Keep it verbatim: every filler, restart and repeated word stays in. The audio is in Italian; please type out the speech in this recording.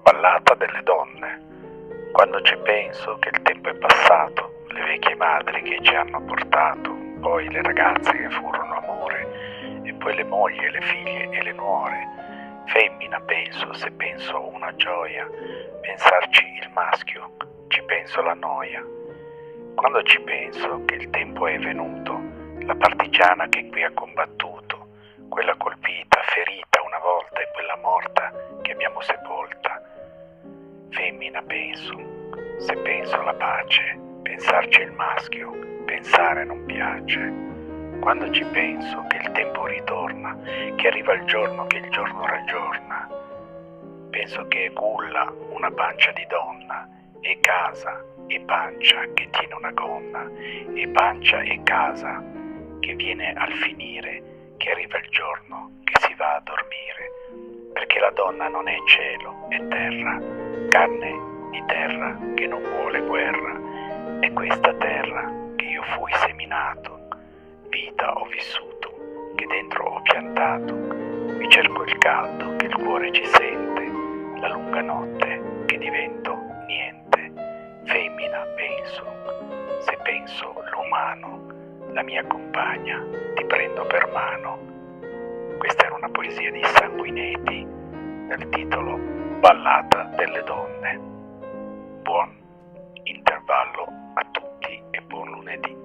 Ballata delle donne. Quando ci penso che il tempo è passato, le vecchie madri che ci hanno portato, poi le ragazze che furono amore, e poi le mogli, le figlie e le nuore. Femmina penso, se penso una gioia, pensarci il maschio, ci penso la noia. Quando ci penso che il tempo è venuto, la partigiana che qui ha combattuto, quella colpita, ferita una volta e quella morta che abbiamo sepolta. Femmina penso, se penso alla pace, pensarci il maschio, pensare non piace. Quando ci penso che il tempo ritorna, che arriva il giorno che il giorno raggiorna, penso che è culla una pancia di donna, e casa e pancia che tiene una gonna, e pancia e casa che viene al finire, che arriva il giorno che si va a dormire, perché la donna non è cielo, è terra, carne di terra che non vuole guerra, è questa terra che io fui seminato, vita ho vissuto, che dentro ho piantato, mi cerco il caldo che il cuore ci sente, la lunga notte che divento niente. Femmina penso, se penso l'umano, la mia compagna, ti prendo per mano. Questa era una poesia di Sanguinetti dal titolo Ballata delle donne. Buon intervallo a tutti e buon lunedì.